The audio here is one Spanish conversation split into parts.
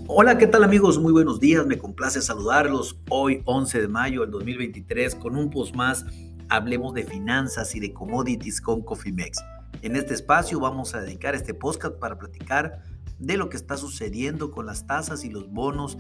Hola, ¿qué tal amigos? Muy buenos días, me complace saludarlos hoy 11 de mayo del 2023 con un post más. Hablemos de finanzas y de commodities con Cofimex. En este espacio vamos a dedicar este podcast para platicar de lo que está sucediendo con las tasas y los bonos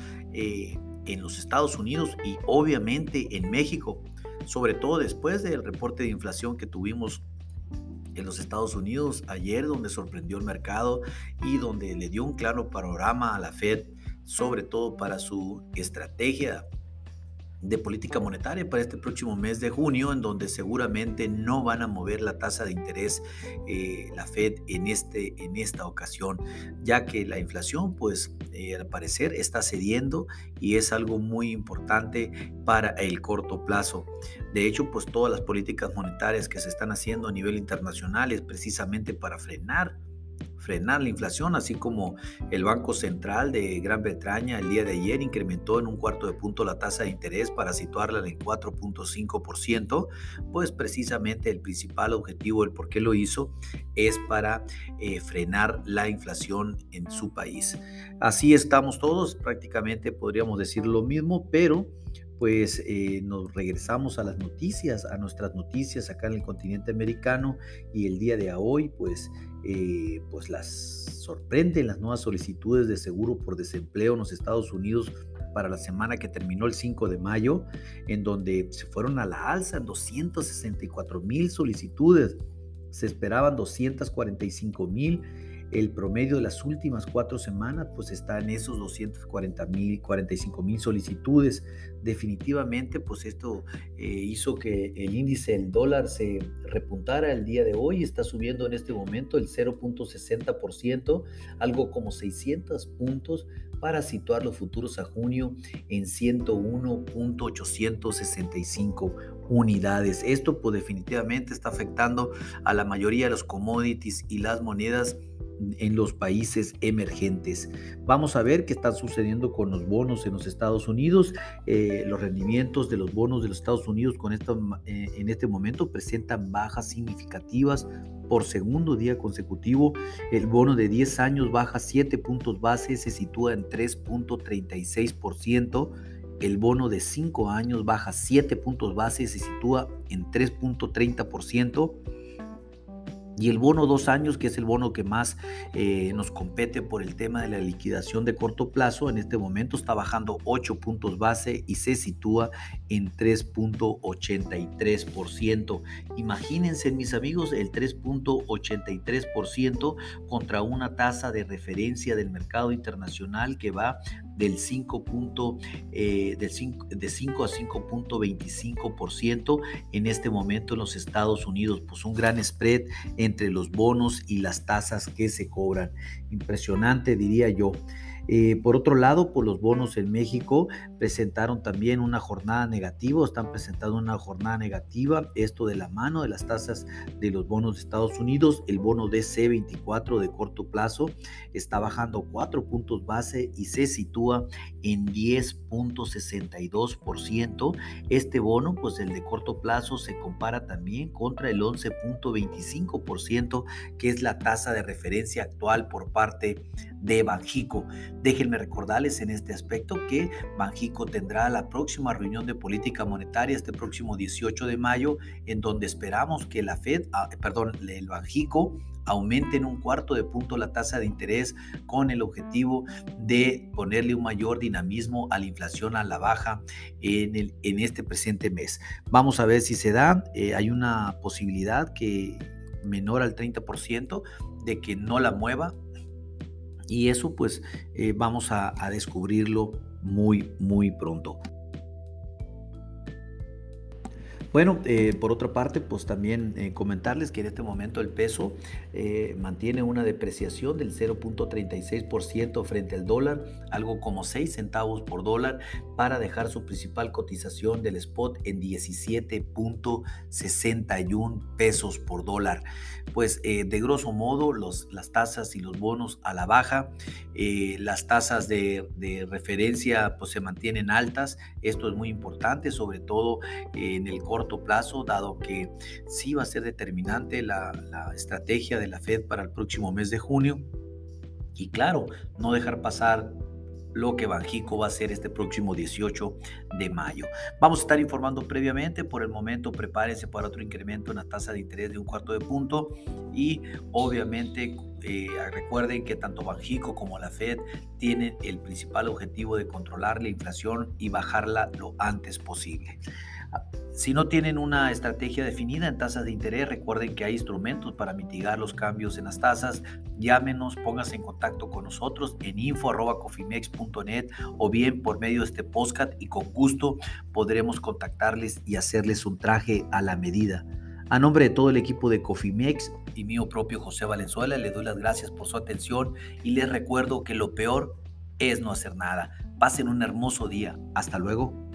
en los Estados Unidos y obviamente en México, sobre todo después del reporte de inflación que tuvimos en los Estados Unidos ayer, donde sorprendió el mercado y donde le dio un claro panorama a la Fed, sobre todo para su estrategia de política monetaria para este próximo mes de junio, en donde seguramente no van a mover la tasa de interés la Fed en esta ocasión, ya que la inflación, pues al parecer está cediendo y es algo muy importante para el corto plazo. De hecho, pues todas las políticas monetarias que se están haciendo a nivel internacional es precisamente para frenar la inflación, así como el Banco Central de Gran Bretaña el día de ayer incrementó en un cuarto de punto la tasa de interés para situarla en 4.5%, pues precisamente el principal objetivo, el por qué lo hizo, es para frenar la inflación en su país. Así estamos todos, prácticamente podríamos decir lo mismo, pero pues nos regresamos a las noticias, a nuestras noticias acá en el continente americano y el día de hoy, pues las sorprenden las nuevas solicitudes de seguro por desempleo en los Estados Unidos para la semana que terminó el 5 de mayo, en donde se fueron a la alza en 264,000 solicitudes. Se esperaban 245,000. El promedio de las últimas 4 semanas pues está en esos 240,000, 45,000 solicitudes. Definitivamente pues esto hizo que el índice del dólar se repuntara el día de hoy. Está subiendo en este momento el 0.60%, algo como 600 puntos, para situar los futuros a junio en 101.865 unidades. Esto pues definitivamente está afectando a la mayoría de los commodities y las monedas en los países emergentes. Vamos a ver qué está sucediendo con los bonos en los Estados Unidos. Los rendimientos de los bonos de los Estados Unidos en este momento presentan bajas significativas por segundo día consecutivo. El bono de 10 años baja 7 puntos base, se sitúa en 3.36%. El bono de 5 años baja 7 puntos base, se sitúa en 3.30%. Y el bono 2 años, que es el bono que más nos compete por el tema de la liquidación de corto plazo, en este momento está bajando 8 puntos base y se sitúa en 3.83%. Imagínense, mis amigos, el 3.83% contra una tasa de referencia del mercado internacional que va de 5 a 5.25% en este momento en los Estados Unidos. Pues un gran spread entre los bonos y las tasas que se cobran. Impresionante, diría yo. Por otro lado, pues los bonos en México presentaron también una jornada negativa, están presentando una jornada negativa, esto de la mano de las tasas de los bonos de Estados Unidos. El bono DC24 de corto plazo está bajando 4 puntos base y se sitúa en 10.62%. Este bono, pues el de corto plazo, se compara también contra el 11.25%, que es la tasa de referencia actual por parte de Banxico. Déjenme recordarles en este aspecto que Banxico tendrá la próxima reunión de política monetaria este próximo 18 de mayo, en donde esperamos que la Fed, el Banxico, aumente en un cuarto de punto la tasa de interés con el objetivo de ponerle un mayor dinamismo a la inflación a la baja en este presente mes. Vamos a ver si se da. Hay una posibilidad que menor al 30% de que no la mueva. Y eso pues vamos a descubrirlo muy pronto. Bueno, por otra parte, pues también comentarles que en este momento el peso mantiene una depreciación del 0.36% frente al dólar, algo como 6 centavos por dólar, para dejar su principal cotización del spot en 17.61 pesos por dólar. Pues de grosso modo las tasas y los bonos a la baja, las tasas de referencia pues se mantienen altas. Esto es muy importante, sobre todo en el corto plazo, dado que sí va a ser determinante la estrategia de la Fed para el próximo mes de junio. Y claro, no dejar pasar lo que Banxico va a hacer este próximo 18 de mayo. Vamos a estar informando previamente. Por el momento, prepárense para otro incremento en la tasa de interés de 1/4 de punto y obviamente recuerden que tanto Banxico como la Fed tienen el principal objetivo de controlar la inflación y bajarla lo antes posible. Si no tienen una estrategia definida en tasas de interés, recuerden que hay instrumentos para mitigar los cambios en las tasas. Llámenos, pónganse en contacto con nosotros en info@cofimex.net o bien por medio de este podcast y con gusto podremos contactarles y hacerles un traje a la medida. A nombre de todo el equipo de Cofimex y mío propio José Valenzuela, les doy las gracias por su atención y les recuerdo que lo peor es no hacer nada. Pasen un hermoso día. Hasta luego.